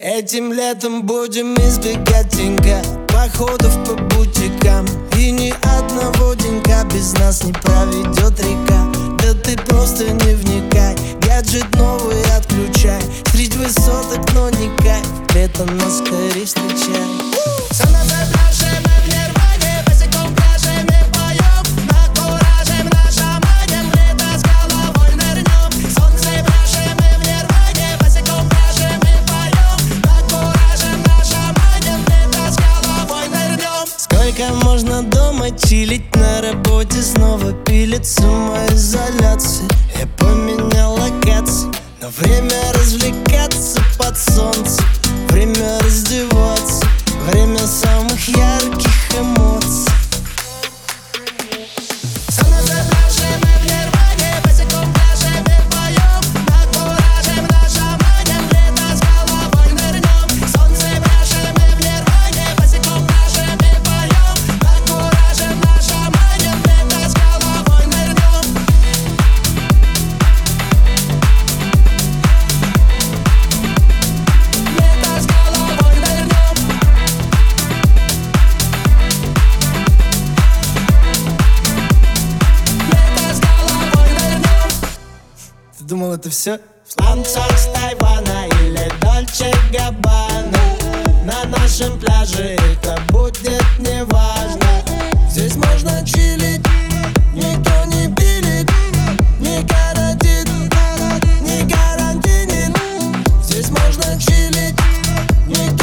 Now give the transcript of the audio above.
Этим летом будем избегать деньга, походов по бутикам. И ни одного денька без нас не проведет река. Да ты просто не вникай, гаджет новый отключай. Средь высоток, но не кайф, лето нас скорее встречай. Солнце пляже, мы в нирване, босиком пляже мы поем. На кураже, на шамане, лето с головой нырнем. Солнце пляже, мы в нирване, босиком пляже мы поем. На кураже, на шамане, лето с головой нырнем. Сколько можно дома чилить, на работе снова пилит самоизоляция. Я поменял локации, но время развлекаться под солнцем, время раздеваться, время самых ярких эмоций. Солнце пляже, мы в нирване, босиком пляже мы поем. На кураже, на шамане, лето с головой нырнем. Солнце пляже, мы в нирване, босиком пляже мы поем. На кураже, на шамане, лето с головой нырнем. Лето с головой нырнем. Ты думал, это все? В сланцах с Тайвана или Дольче Габбана, на нашем пляже это будет неважно. Здесь можно чилить, никто не пилит, не гарантит, не гарантинит. Здесь можно чилить, никто